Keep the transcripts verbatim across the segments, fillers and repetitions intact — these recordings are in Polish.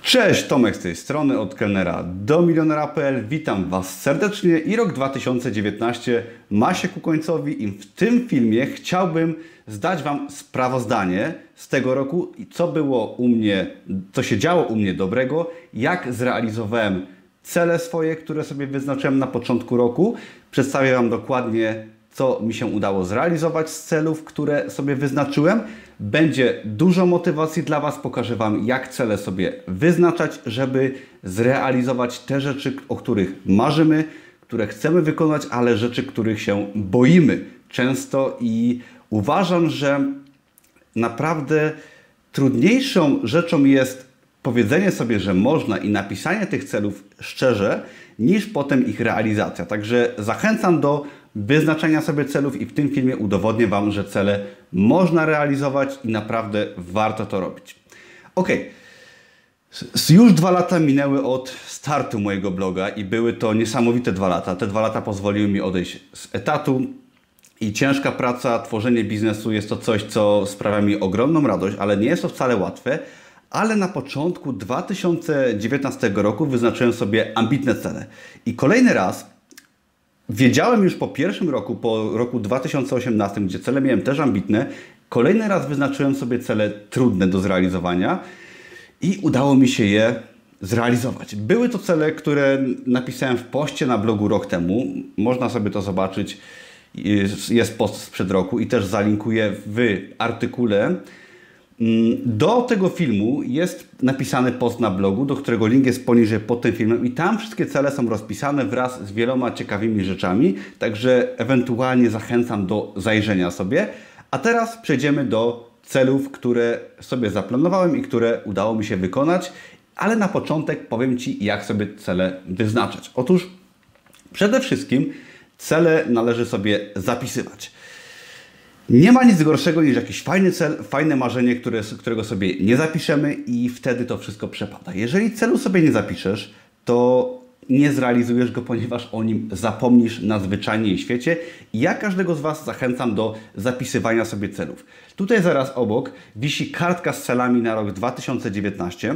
Cześć, Tomek z tej strony, od kelnera do milionera kropka p l. Witam Was serdecznie i rok dwa tysiące dziewiętnasty ma się ku końcowi i w tym filmie chciałbym zdać Wam sprawozdanie z tego roku, co było u mnie, co się działo u mnie dobrego, jak zrealizowałem cele swoje, które sobie wyznaczyłem na początku roku. Przedstawię Wam dokładnie, co mi się udało zrealizować z celów, które sobie wyznaczyłem. Będzie dużo motywacji dla Was. Pokażę Wam, jak cele sobie wyznaczać, żeby zrealizować te rzeczy, o których marzymy, które chcemy wykonać, ale rzeczy, których się boimy często. I uważam, że naprawdę trudniejszą rzeczą jest powiedzenie sobie, że można i napisanie tych celów szczerze, niż potem ich realizacja. Także zachęcam do wyznaczenia sobie celów i w tym filmie udowodnię Wam, że cele można realizować i naprawdę warto to robić. Ok, już dwa lata minęły od startu mojego bloga i były to niesamowite dwa lata. Te dwa lata pozwoliły mi odejść z etatu i ciężka praca, tworzenie biznesu jest to coś, co sprawia mi ogromną radość, ale nie jest to wcale łatwe. Ale na początku dwa tysiące dziewiętnastego roku wyznaczyłem sobie ambitne cele. I kolejny raz wiedziałem już po pierwszym roku, po roku dwa tysiące osiemnastym, gdzie cele miałem też ambitne, kolejny raz wyznaczyłem sobie cele trudne do zrealizowania i udało mi się je zrealizować. Były to cele, które napisałem w poście na blogu rok temu. Można sobie to zobaczyć. Jest post sprzed roku i też zalinkuję w artykule. Do tego filmu jest napisany post na blogu, do którego link jest poniżej pod tym filmem i tam wszystkie cele są rozpisane wraz z wieloma ciekawymi rzeczami, także ewentualnie zachęcam do zajrzenia sobie. A teraz przejdziemy do celów, które sobie zaplanowałem i które udało mi się wykonać, ale na początek powiem Ci, jak sobie cele wyznaczać. Otóż przede wszystkim cele należy sobie zapisywać. Nie ma nic gorszego niż jakiś fajny cel, fajne marzenie, które, którego sobie nie zapiszemy i wtedy to wszystko przepada. Jeżeli celu sobie nie zapiszesz, to nie zrealizujesz go, ponieważ o nim zapomnisz na zwyczajnie w świecie. I ja każdego z Was zachęcam do zapisywania sobie celów. Tutaj zaraz obok wisi kartka z celami na rok dwa tysiące dziewiętnasty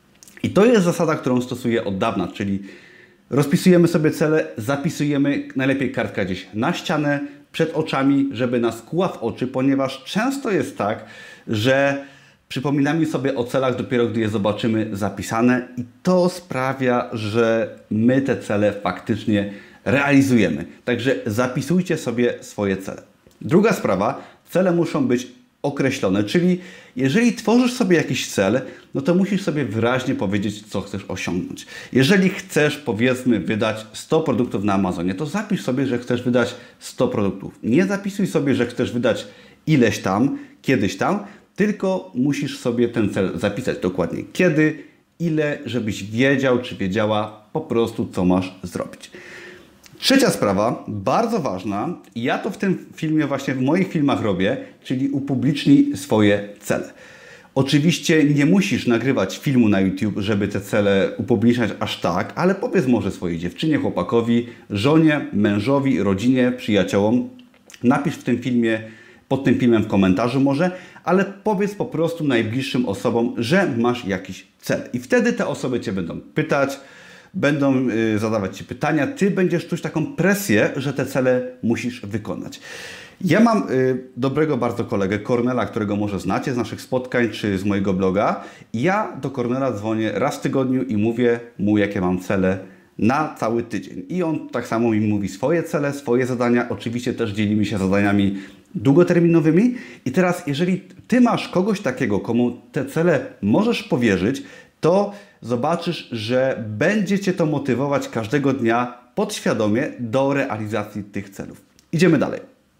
i to jest zasada, którą stosuję od dawna, czyli rozpisujemy sobie cele, zapisujemy najlepiej kartka gdzieś na ścianę, przed oczami, żeby nas kłuła w oczy, ponieważ często jest tak, że przypominamy sobie o celach dopiero, gdy je zobaczymy zapisane i to sprawia, że my te cele faktycznie realizujemy. Także zapisujcie sobie swoje cele. Druga sprawa, cele muszą być określone, czyli jeżeli tworzysz sobie jakiś cel, no to musisz sobie wyraźnie powiedzieć, co chcesz osiągnąć. Jeżeli chcesz, powiedzmy, wydać sto produktów na Amazonie, to zapisz sobie, że chcesz wydać sto produktów. Nie zapisuj sobie, że chcesz wydać ileś tam, kiedyś tam, tylko musisz sobie ten cel zapisać dokładnie kiedy, ile, żebyś wiedział, czy wiedziała po prostu, co masz zrobić. Trzecia sprawa, bardzo ważna, i ja to w tym filmie, właśnie w moich filmach robię, czyli upublicznij swoje cele. Oczywiście nie musisz nagrywać filmu na YouTube, żeby te cele upubliczniać aż tak, ale powiedz może swojej dziewczynie, chłopakowi, żonie, mężowi, rodzinie, przyjaciołom. Napisz w tym filmie, pod tym filmem w komentarzu może, ale powiedz po prostu najbliższym osobom, że masz jakiś cel. I wtedy te osoby Cię będą pytać, będą y, zadawać Ci pytania, Ty będziesz czuć taką presję, że te cele musisz wykonać. Ja mam y, dobrego bardzo kolegę, Kornela, którego może znacie z naszych spotkań czy z mojego bloga. Ja do Kornela dzwonię raz w tygodniu i mówię mu, jakie mam cele na cały tydzień. I on tak samo mi mówi swoje cele, swoje zadania. Oczywiście też dzielimy się zadaniami długoterminowymi. I teraz, jeżeli Ty masz kogoś takiego, komu te cele możesz powierzyć, to zobaczysz, że będzie Cię to motywować każdego dnia podświadomie do realizacji tych celów. Idziemy dalej.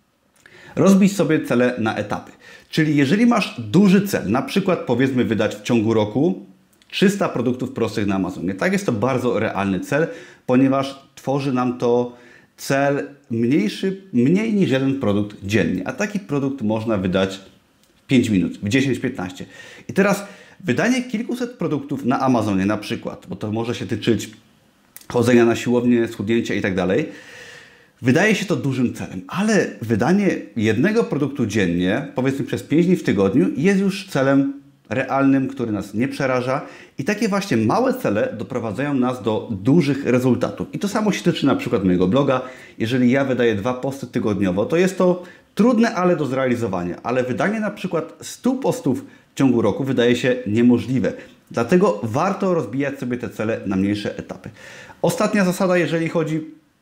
Rozbij sobie cele na etapy. Czyli jeżeli masz duży cel, na przykład powiedzmy wydać w ciągu roku trzysta produktów prostych na Amazonie. Tak, jest to bardzo realny cel, ponieważ tworzy nam to cel mniejszy, mniej niż jeden produkt dziennie. A taki produkt można wydać w pięć minut, w dziesięć piętnaście. I teraz wydanie kilkuset produktów na Amazonie na przykład, bo to może się tyczyć chodzenia na siłownię, schudnięcia i tak dalej, wydaje się to dużym celem, ale wydanie jednego produktu dziennie, powiedzmy przez pięć dni w tygodniu, jest już celem realnym, który nas nie przeraża i takie właśnie małe cele doprowadzają nas do dużych rezultatów. I to samo się tyczy na przykład mojego bloga. Jeżeli ja wydaję dwa posty tygodniowo, to jest to trudne, ale do zrealizowania. Ale wydanie na przykład stu postów w ciągu roku wydaje się niemożliwe. Dlatego warto rozbijać sobie te cele na mniejsze etapy. Ostatnia zasada, jeżeli chodzi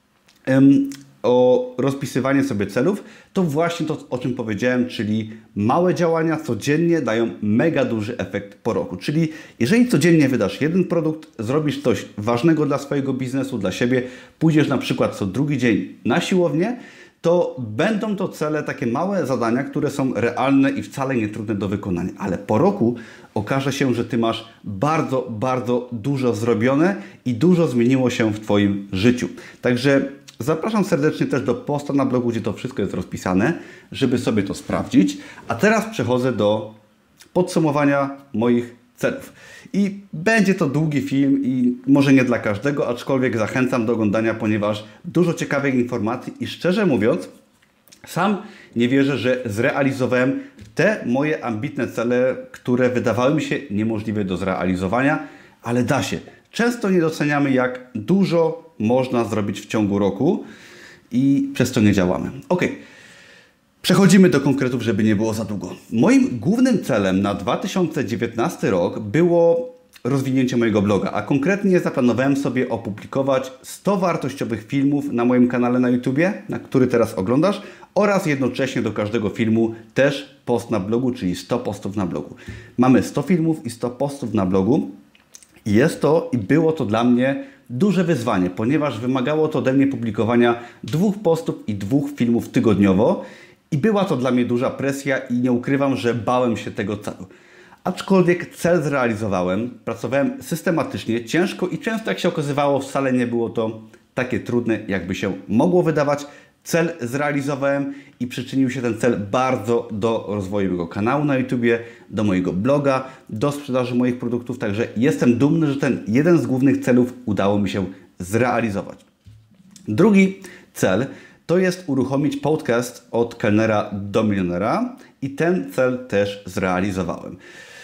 um, o rozpisywanie sobie celów, to właśnie to, o czym powiedziałem, czyli małe działania codziennie dają mega duży efekt po roku. Czyli jeżeli codziennie wydasz jeden produkt, zrobisz coś ważnego dla swojego biznesu, dla siebie, pójdziesz na przykład co drugi dzień na siłownię, to będą to cele, takie małe zadania, które są realne i wcale nie trudne do wykonania. Ale po roku okaże się, że Ty masz bardzo, bardzo dużo zrobione i dużo zmieniło się w Twoim życiu. Także zapraszam serdecznie też do posta na blogu, gdzie to wszystko jest rozpisane, żeby sobie to sprawdzić. A teraz przechodzę do podsumowania moich celów. I będzie to długi film i może nie dla każdego, aczkolwiek zachęcam do oglądania, ponieważ dużo ciekawych informacji i szczerze mówiąc, sam nie wierzę, że zrealizowałem te moje ambitne cele, które wydawały mi się niemożliwe do zrealizowania, ale da się. Często nie doceniamy, jak dużo można zrobić w ciągu roku i przez to nie działamy. Ok, przechodzimy do konkretów, żeby nie było za długo. Moim głównym celem na dwa tysiące dziewiętnasty rok było rozwinięcie mojego bloga, a konkretnie zaplanowałem sobie opublikować sto wartościowych filmów na moim kanale na YouTubie, na który teraz oglądasz, oraz jednocześnie do każdego filmu też post na blogu, czyli sto postów na blogu. Mamy sto filmów i sto postów na blogu. Jest to i było to dla mnie duże wyzwanie, ponieważ wymagało to ode mnie publikowania dwóch postów i dwóch filmów tygodniowo i była to dla mnie duża presja i nie ukrywam, że bałem się tego celu. Aczkolwiek cel zrealizowałem, pracowałem systematycznie, ciężko i często jak się okazywało wcale nie było to takie trudne, jakby się mogło wydawać. Cel zrealizowałem i przyczynił się ten cel bardzo do rozwoju mojego kanału na YouTubie, do mojego bloga, do sprzedaży moich produktów. Także jestem dumny, że ten jeden z głównych celów udało mi się zrealizować. Drugi cel to jest uruchomić podcast od kelnera do milionera i ten cel też zrealizowałem.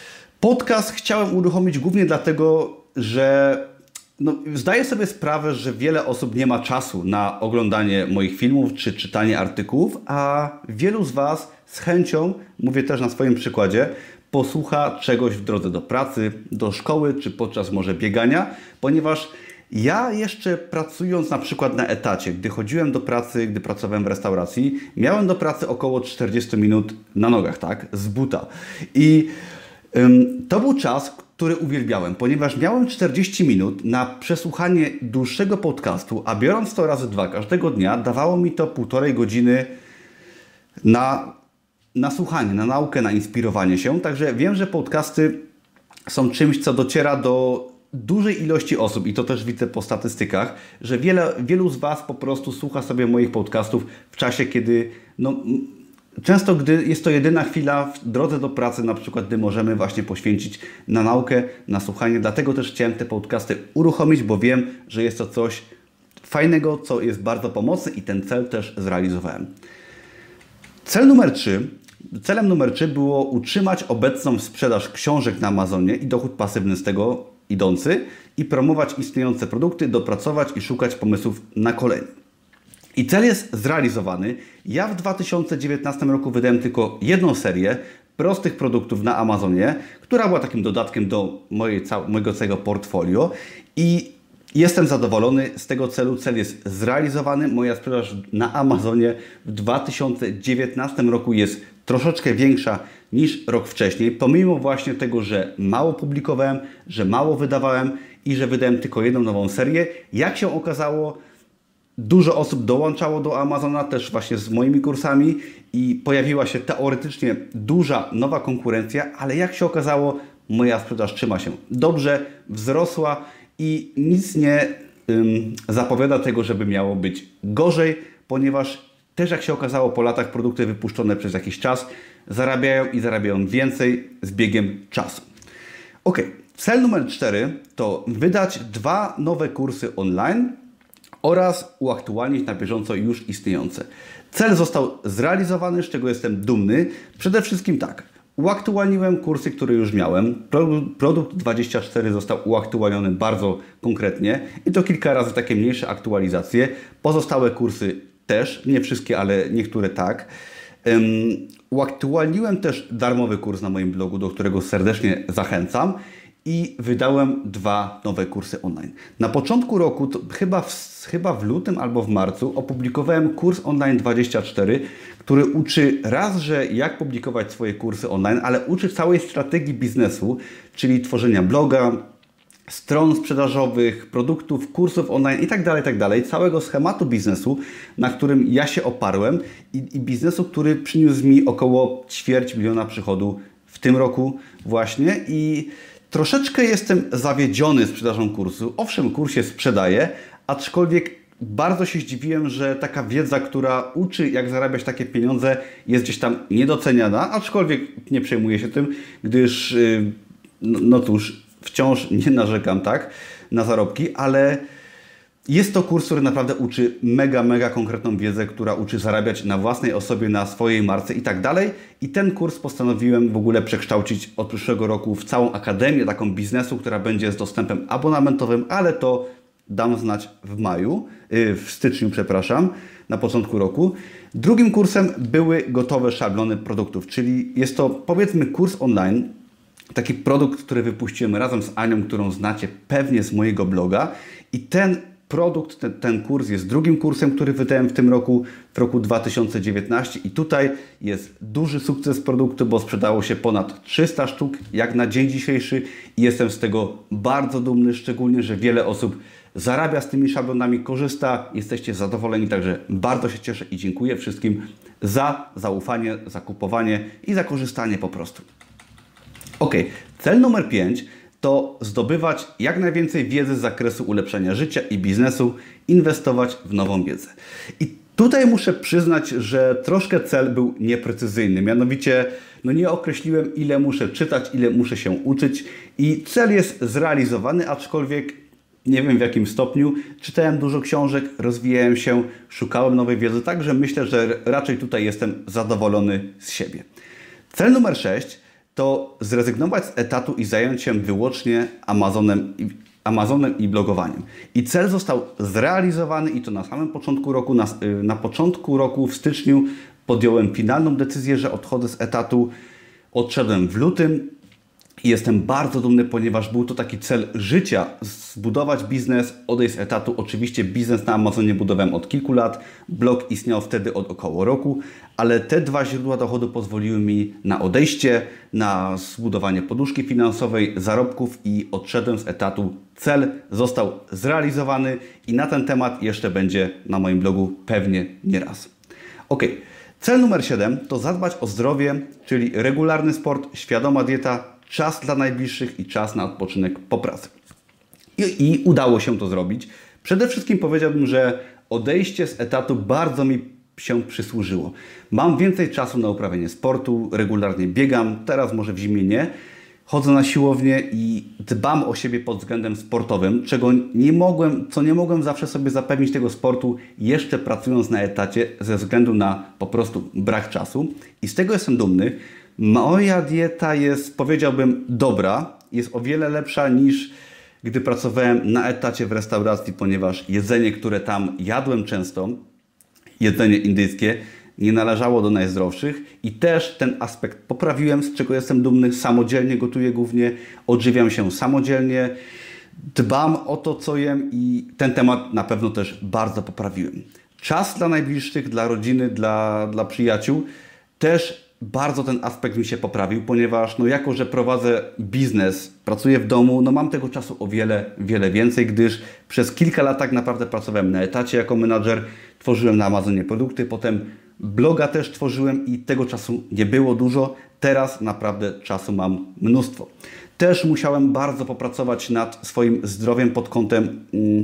Podcast chciałem uruchomić głównie dlatego, że No, zdaję sobie sprawę, że wiele osób nie ma czasu na oglądanie moich filmów czy czytanie artykułów, a wielu z Was z chęcią, mówię też na swoim przykładzie, posłucha czegoś w drodze do pracy, do szkoły czy podczas może biegania, ponieważ ja jeszcze pracując na przykład na etacie, gdy chodziłem do pracy, gdy pracowałem w restauracji, miałem do pracy około czterdzieści minut na nogach, tak, z buta. I ym, to był czas, który uwielbiałem, ponieważ miałem czterdzieści minut na przesłuchanie dłuższego podcastu, a biorąc to razy dwa każdego dnia, dawało mi to półtorej godziny na, na słuchanie, na naukę, na inspirowanie się. Także wiem, że podcasty są czymś, co dociera do dużej ilości osób i to też widzę po statystykach, że wiele, wielu z Was po prostu słucha sobie moich podcastów w czasie, kiedy no, często gdy jest to jedyna chwila w drodze do pracy, na przykład gdy możemy właśnie poświęcić na naukę, na słuchanie. Dlatego też chciałem te podcasty uruchomić, bo wiem, że jest to coś fajnego, co jest bardzo pomocne i ten cel też zrealizowałem. Cel numer trzy. Celem numer trzy było utrzymać obecną sprzedaż książek na Amazonie i dochód pasywny z tego idący i promować istniejące produkty, dopracować i szukać pomysłów na kolejne. I cel jest zrealizowany. Ja w dwa tysiące dziewiętnastym roku wydałem tylko jedną serię prostych produktów na Amazonie, która była takim dodatkiem do mojej, mojego całego portfolio i jestem zadowolony z tego celu. Cel jest zrealizowany. Moja sprzedaż na Amazonie w dwa tysiące dziewiętnastym roku jest troszeczkę większa niż rok wcześniej, pomimo właśnie tego, że mało publikowałem, że mało wydawałem i że wydałem tylko jedną nową serię. Jak się okazało, dużo osób dołączało do Amazona też właśnie z moimi kursami i pojawiła się teoretycznie duża nowa konkurencja, ale jak się okazało, moja sprzedaż trzyma się dobrze, wzrosła i nic nie ym, zapowiada tego, żeby miało być gorzej, ponieważ też jak się okazało po latach produkty wypuszczone przez jakiś czas zarabiają i zarabiają więcej z biegiem czasu. Ok, cel numer cztery to wydać dwa nowe kursy online oraz uaktualnić na bieżąco już istniejące. Cel został zrealizowany, z czego jestem dumny. Przede wszystkim tak, Uaktualniłem kursy, które już miałem. Produkt dwadzieścia cztery został uaktualniony bardzo konkretnie i to kilka razy takie mniejsze aktualizacje. Pozostałe kursy też, nie wszystkie, ale niektóre tak. Um, uaktualniłem też darmowy kurs na moim blogu, do którego serdecznie zachęcam i wydałem dwa nowe kursy online. Na początku roku, to chyba, w, chyba w lutym albo w marcu, opublikowałem kurs online dwadzieścia cztery, który uczy raz, że jak publikować swoje kursy online, ale uczy całej strategii biznesu, czyli tworzenia bloga, stron sprzedażowych, produktów, kursów online itd., itd., całego schematu biznesu, na którym ja się oparłem i, i biznesu, który przyniósł mi około ćwierć miliona przychodu w tym roku właśnie i troszeczkę jestem zawiedziony sprzedażą kursu. Owszem, kurs się sprzedaje, aczkolwiek bardzo się zdziwiłem, że taka wiedza, która uczy, jak zarabiać takie pieniądze, jest gdzieś tam niedoceniana, aczkolwiek nie przejmuję się tym, gdyż, no, no cóż, wciąż nie narzekam, tak, na zarobki, ale jest to kurs, który naprawdę uczy mega, mega konkretną wiedzę, która uczy zarabiać na własnej osobie, na swojej marce i tak dalej. I ten kurs postanowiłem w ogóle przekształcić od przyszłego roku w całą akademię taką biznesu, która będzie z dostępem abonamentowym, ale to dam znać w maju, w styczniu, przepraszam, na początku roku. Drugim kursem były gotowe szablony produktów, czyli jest to, powiedzmy, kurs online, taki produkt, który wypuściłem razem z Anią, którą znacie pewnie z mojego bloga i ten produkt, ten, ten kurs jest drugim kursem, który wydałem w tym roku, w roku dwa tysiące dziewiętnastym i tutaj jest duży sukces produktu, bo sprzedało się ponad trzysta sztuk jak na dzień dzisiejszy i jestem z tego bardzo dumny, szczególnie, że wiele osób zarabia z tymi szablonami, korzysta, jesteście zadowoleni, także bardzo się cieszę i dziękuję wszystkim za zaufanie, za kupowanie i za korzystanie po prostu. Ok, cel numer pięć to zdobywać jak najwięcej wiedzy z zakresu ulepszenia życia i biznesu, inwestować w nową wiedzę. I tutaj muszę przyznać, że troszkę cel był nieprecyzyjny, mianowicie no nie określiłem, ile muszę czytać, ile muszę się uczyć i cel jest zrealizowany, aczkolwiek nie wiem w jakim stopniu. Czytałem dużo książek, rozwijałem się, szukałem nowej wiedzy, także myślę, że raczej tutaj jestem zadowolony z siebie. Cel numer sześć to zrezygnować z etatu i zająć się wyłącznie Amazonem i, Amazonem i blogowaniem. I cel został zrealizowany i to na samym początku roku, na, na początku roku w styczniu podjąłem finalną decyzję, że odchodzę z etatu. Odszedłem w lutym i jestem bardzo dumny, ponieważ był to taki cel życia, zbudować biznes, odejść z etatu. Oczywiście biznes na Amazonie budowałem od kilku lat, blog istniał wtedy od około roku, ale te dwa źródła dochodu pozwoliły mi na odejście, na zbudowanie poduszki finansowej, zarobków i odszedłem z etatu. Cel został zrealizowany i na ten temat jeszcze będzie na moim blogu pewnie nieraz. Ok. Cel numer siedem to zadbać o zdrowie, czyli regularny sport, świadoma dieta, czas dla najbliższych i czas na odpoczynek po pracy. I, I udało się to zrobić. Przede wszystkim powiedziałbym, że odejście z etatu bardzo mi się przysłużyło. Mam więcej czasu na uprawianie sportu, regularnie biegam, teraz może w zimie nie. Chodzę na siłownię i dbam o siebie pod względem sportowym, czego nie mogłem, co nie mogłem zawsze sobie zapewnić tego sportu, jeszcze pracując na etacie ze względu na po prostu brak czasu. I z tego jestem dumny. Moja dieta jest, powiedziałbym, dobra. Jest o wiele lepsza niż gdy pracowałem na etacie w restauracji, ponieważ jedzenie, które tam jadłem często, jedzenie indyjskie, nie należało do najzdrowszych i też ten aspekt poprawiłem, z czego jestem dumny. Samodzielnie gotuję głównie, odżywiam się samodzielnie, dbam o to, co jem i ten temat na pewno też bardzo poprawiłem. Czas dla najbliższych, dla rodziny, dla, dla przyjaciół też bardzo ten aspekt mi się poprawił, ponieważ no jako, że prowadzę biznes, pracuję w domu, no mam tego czasu o wiele, wiele więcej, gdyż przez kilka lat tak naprawdę pracowałem na etacie jako menadżer, tworzyłem na Amazonie produkty, potem bloga też tworzyłem i tego czasu nie było dużo. Teraz naprawdę czasu mam mnóstwo. Też musiałem bardzo popracować nad swoim zdrowiem pod kątem,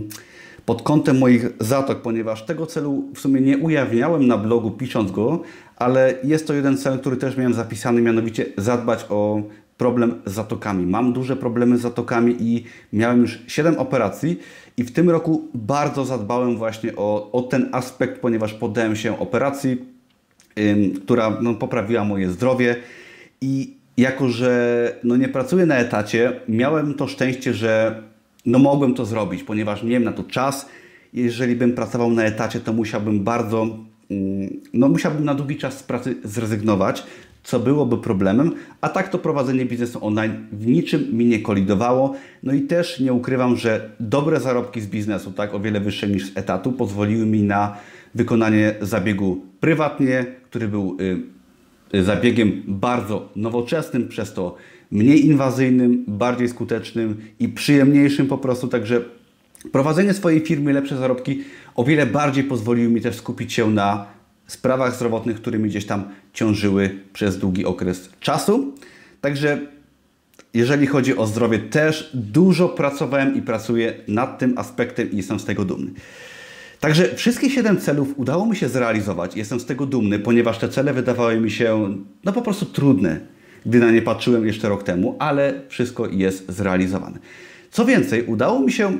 pod kątem moich zatok, ponieważ tego celu w sumie nie ujawniałem na blogu pisząc go, ale jest to jeden cel, który też miałem zapisany, mianowicie zadbać o problem z zatokami. Mam duże problemy z zatokami i miałem już siedem operacji i w tym roku bardzo zadbałem właśnie o, o ten aspekt, ponieważ poddałem się operacji, ym, która no, poprawiła moje zdrowie i jako że no nie pracuję na etacie, miałem to szczęście, że no mogłem to zrobić, ponieważ miałem na to czas. Jeżeli bym pracował na etacie, to musiałbym bardzo, no musiałbym na długi czas z pracy zrezygnować, co byłoby problemem, a tak to prowadzenie biznesu online w niczym mi nie kolidowało. No i też nie ukrywam, że dobre zarobki z biznesu, tak, o wiele wyższe niż z etatu, pozwoliły mi na wykonanie zabiegu prywatnie, który był y, zabiegiem bardzo nowoczesnym, przez to mniej inwazyjnym, bardziej skutecznym i przyjemniejszym po prostu. Także prowadzenie swojej firmy, lepsze zarobki o wiele bardziej pozwoliły mi też skupić się na sprawach zdrowotnych, które mi gdzieś tam ciążyły przez długi okres czasu. Także jeżeli chodzi o zdrowie, też dużo pracowałem i pracuję nad tym aspektem i jestem z tego dumny. Także wszystkie siedem celów udało mi się zrealizować. Jestem z tego dumny, ponieważ te cele wydawały mi się no po prostu trudne, gdy na nie patrzyłem jeszcze rok temu, ale wszystko jest zrealizowane. Co więcej, udało mi się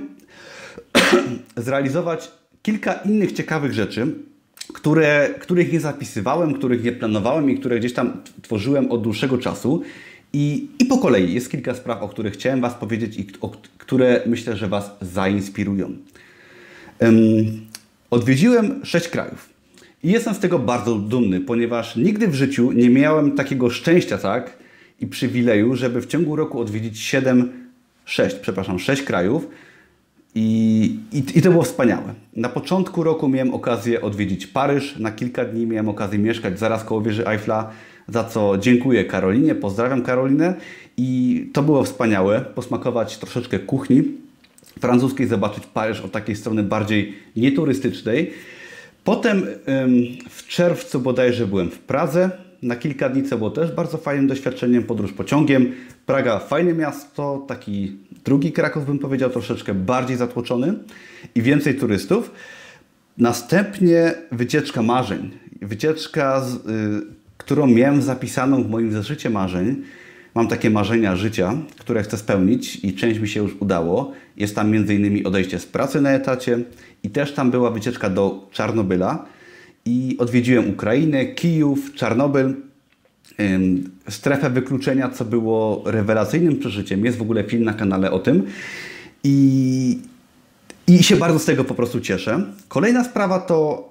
zrealizować kilka innych ciekawych rzeczy, które, których nie zapisywałem, których nie planowałem i które gdzieś tam tworzyłem od dłuższego czasu. I, i po kolei jest kilka spraw, o których chciałem Was powiedzieć i o, które myślę, że Was zainspirują. Um, odwiedziłem sześć krajów i jestem z tego bardzo dumny, ponieważ nigdy w życiu nie miałem takiego szczęścia, tak, i przywileju, żeby w ciągu roku odwiedzić siedem, sześć, przepraszam, sześć krajów. I, i, I to było wspaniałe. Na początku roku miałem okazję odwiedzić Paryż. Na kilka dni miałem okazję mieszkać zaraz koło wieży Eiffla, za co dziękuję Karolinie, pozdrawiam Karolinę. I to było wspaniałe, posmakować troszeczkę kuchni francuskiej, zobaczyć Paryż od takiej strony bardziej nieturystycznej. Potem ym, w czerwcu bodajże byłem w Pradze na kilka dni, co było też bardzo fajnym doświadczeniem, podróż pociągiem. Praga fajne miasto, taki drugi Kraków bym powiedział, troszeczkę bardziej zatłoczony i więcej turystów. Następnie wycieczka marzeń. Wycieczka, z, y, którą miałem zapisaną w moim zeszycie marzeń. Mam takie marzenia życia, które chcę spełnić i część mi się już udało. Jest tam między innymi odejście z pracy na etacie i też tam była wycieczka do Czarnobyla. I odwiedziłem Ukrainę, Kijów, Czarnobyl, ym, strefę wykluczenia, co było rewelacyjnym przeżyciem. Jest w ogóle film na kanale o tym. I, i się bardzo z tego po prostu cieszę. Kolejna sprawa to,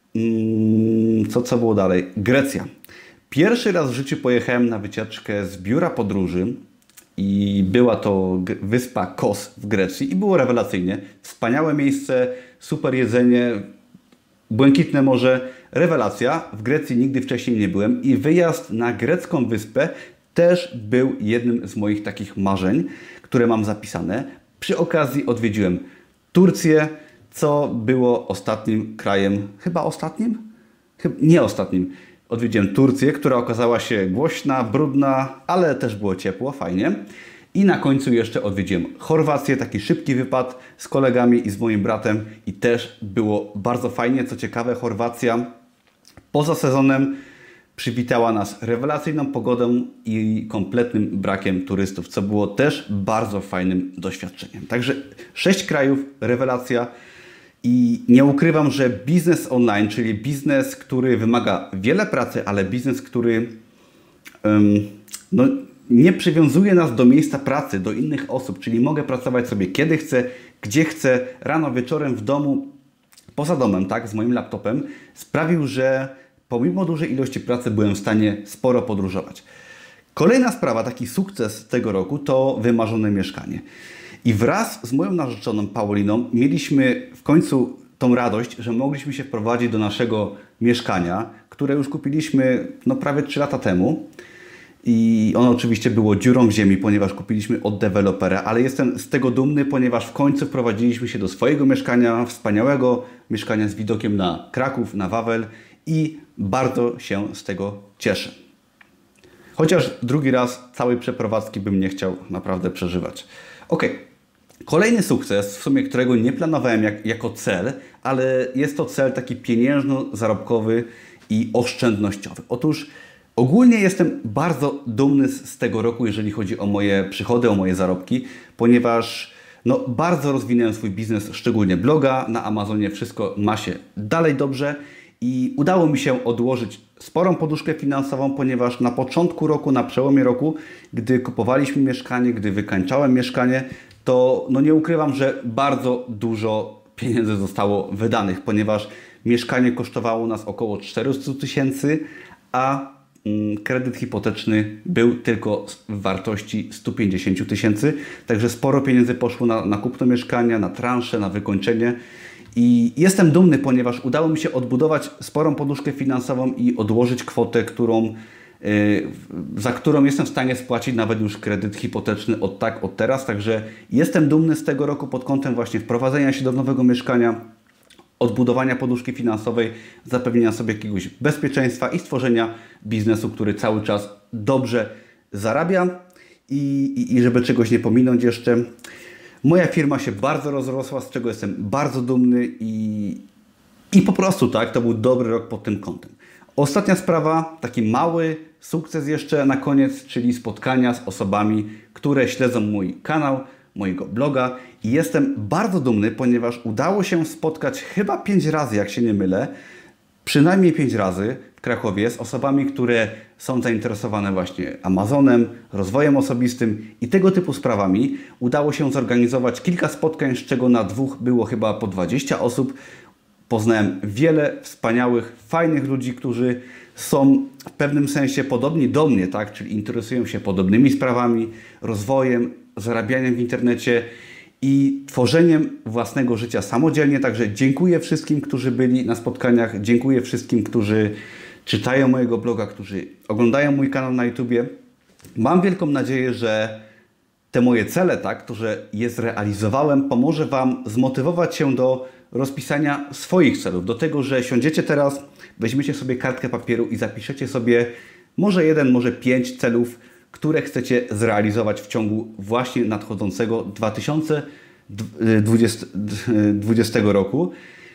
ym, co, co było dalej? Grecja. Pierwszy raz w życiu pojechałem na wycieczkę z biura podróży i była to wyspa Kos w Grecji i było rewelacyjnie. Wspaniałe miejsce, super jedzenie, błękitne morze, rewelacja. W Grecji nigdy wcześniej nie byłem i wyjazd na grecką wyspę też był jednym z moich takich marzeń, które mam zapisane. Przy okazji odwiedziłem Turcję, co było ostatnim krajem, chyba ostatnim? Chyba nie ostatnim. Odwiedziłem Turcję, która okazała się głośna, brudna, ale też było ciepło, fajnie. I na końcu jeszcze odwiedziłem Chorwację, taki szybki wypad z kolegami i z moim bratem i też było bardzo fajnie. Co ciekawe, Chorwacja poza sezonem przywitała nas rewelacyjną pogodą i kompletnym brakiem turystów, co było też bardzo fajnym doświadczeniem. Także sześć krajów, rewelacja. I nie ukrywam, że biznes online, czyli biznes, który wymaga wiele pracy, ale biznes, który um, no, nie przywiązuje nas do miejsca pracy, do innych osób, czyli mogę pracować sobie kiedy chcę, gdzie chcę, rano, wieczorem, w domu, poza domem, tak, z moim laptopem, sprawił, że pomimo dużej ilości pracy byłem w stanie sporo podróżować. Kolejna sprawa, taki sukces tego roku, to wymarzone mieszkanie. I wraz z moją narzeczoną Pauliną mieliśmy w końcu tą radość, że mogliśmy się wprowadzić do naszego mieszkania, które już kupiliśmy no, prawie trzy lata temu. I ono oczywiście było dziurą w ziemi, ponieważ kupiliśmy od dewelopera, ale jestem z tego dumny, ponieważ w końcu wprowadziliśmy się do swojego mieszkania, wspaniałego mieszkania z widokiem na Kraków, na Wawel i bardzo się z tego cieszę. Chociaż drugi raz całej przeprowadzki bym nie chciał naprawdę przeżywać. Ok, kolejny sukces, w sumie którego nie planowałem jak, jako cel, ale jest to cel taki pieniężno-zarobkowy i oszczędnościowy. Otóż ogólnie jestem bardzo dumny z, z tego roku, jeżeli chodzi o moje przychody, o moje zarobki, ponieważ no, bardzo rozwinąłem swój biznes, szczególnie bloga. Na Amazonie wszystko ma się dalej dobrze I udało mi się odłożyć sporą poduszkę finansową, ponieważ na początku roku, na przełomie roku, gdy kupowaliśmy mieszkanie, gdy wykańczałem mieszkanie, to no nie ukrywam, że bardzo dużo pieniędzy zostało wydanych, ponieważ mieszkanie kosztowało nas około czterysta tysięcy, a mm, kredyt hipoteczny był tylko w wartości sto pięćdziesiąt tysięcy. Także sporo pieniędzy poszło na, na kupno mieszkania, na transze, na wykończenie. I jestem dumny, ponieważ udało mi się odbudować sporą poduszkę finansową i odłożyć kwotę, którą, yy, za którą jestem w stanie spłacić nawet już kredyt hipoteczny od tak, od teraz. Także jestem dumny z tego roku pod kątem właśnie wprowadzenia się do nowego mieszkania, odbudowania poduszki finansowej, zapewnienia sobie jakiegoś bezpieczeństwa i stworzenia biznesu, który cały czas dobrze zarabia. I, i, i żeby czegoś nie pominąć jeszcze, moja firma się bardzo rozrosła, z czego jestem bardzo dumny i, i po prostu tak, to był dobry rok pod tym kątem. Ostatnia sprawa, taki mały sukces jeszcze na koniec, czyli spotkania z osobami, które śledzą mój kanał, mojego bloga i jestem bardzo dumny, ponieważ udało się spotkać chyba pięć razy, jak się nie mylę, przynajmniej pięć razy w Krakowie z osobami, które są zainteresowane właśnie Amazonem, rozwojem osobistym i tego typu sprawami. Udało się zorganizować kilka spotkań, z czego na dwóch było chyba po dwadzieścia osób. Poznałem wiele wspaniałych, fajnych ludzi, którzy są w pewnym sensie podobni do mnie, tak? Czyli interesują się podobnymi sprawami, rozwojem, zarabianiem w internecie i tworzeniem własnego życia samodzielnie. Także dziękuję wszystkim, którzy byli na spotkaniach. Dziękuję wszystkim, którzy czytają mojego bloga, którzy oglądają mój kanał na YouTubie. Mam wielką nadzieję, że te moje cele, tak, które je zrealizowałem, pomoże Wam zmotywować się do rozpisania swoich celów. Do tego, że siądziecie teraz, weźmiecie sobie kartkę papieru i zapiszecie sobie może jeden, może pięć celów, które chcecie zrealizować w ciągu właśnie nadchodzącego dwa tysiące dwudziestego roku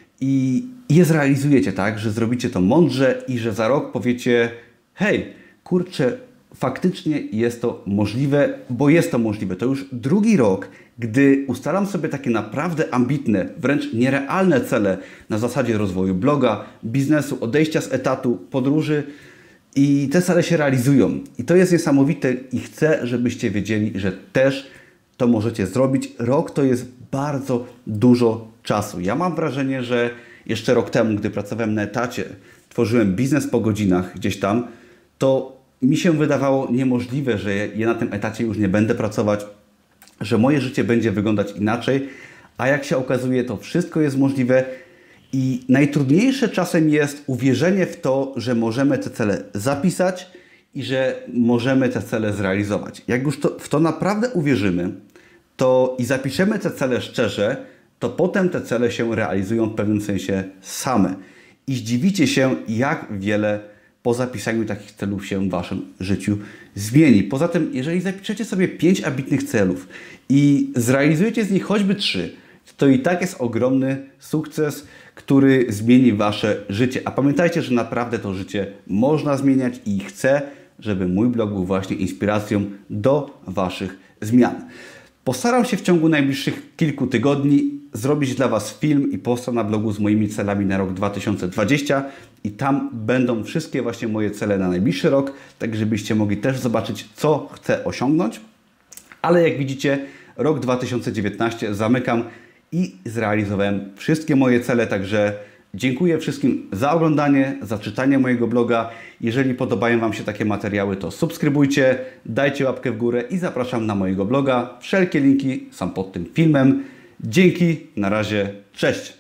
i je zrealizujecie tak, że zrobicie to mądrze i że za rok powiecie: hej, kurczę, faktycznie jest to możliwe, bo jest to możliwe. To już drugi rok, gdy ustalam sobie takie naprawdę ambitne, wręcz nierealne cele na zasadzie rozwoju bloga, biznesu, odejścia z etatu, podróży. I te cele się realizują. I to jest niesamowite i chcę, żebyście wiedzieli, że też to możecie zrobić. Rok to jest bardzo dużo czasu. Ja mam wrażenie, że jeszcze rok temu, gdy pracowałem na etacie, tworzyłem biznes po godzinach gdzieś tam, to mi się wydawało niemożliwe, że ja na tym etacie już nie będę pracować, że moje życie będzie wyglądać inaczej, a jak się okazuje, to wszystko jest możliwe. I najtrudniejsze czasem jest uwierzenie w to, że możemy te cele zapisać i że możemy te cele zrealizować. Jak już to, w to naprawdę uwierzymy, to i zapiszemy te cele szczerze, to potem te cele się realizują w pewnym sensie same. I zdziwicie się, jak wiele po zapisaniu takich celów się w Waszym życiu zmieni. Poza tym, jeżeli zapiszecie sobie pięć ambitnych celów i zrealizujecie z nich choćby trzy, to i tak jest ogromny sukces, który zmieni Wasze życie. A pamiętajcie, że naprawdę to życie można zmieniać i chcę, żeby mój blog był właśnie inspiracją do Waszych zmian. Postaram się w ciągu najbliższych kilku tygodni zrobić dla Was film i posta na blogu z moimi celami na rok dwa tysiące dwudziesty i tam będą wszystkie właśnie moje cele na najbliższy rok, tak żebyście mogli też zobaczyć, co chcę osiągnąć. Ale jak widzicie, rok dwa tysiące dziewiętnasty zamykam i zrealizowałem wszystkie moje cele, także dziękuję wszystkim za oglądanie, za czytanie mojego bloga. Jeżeli podobają Wam się takie materiały, to subskrybujcie, dajcie łapkę w górę i zapraszam na mojego bloga. Wszelkie linki są pod tym filmem. Dzięki, na razie, cześć!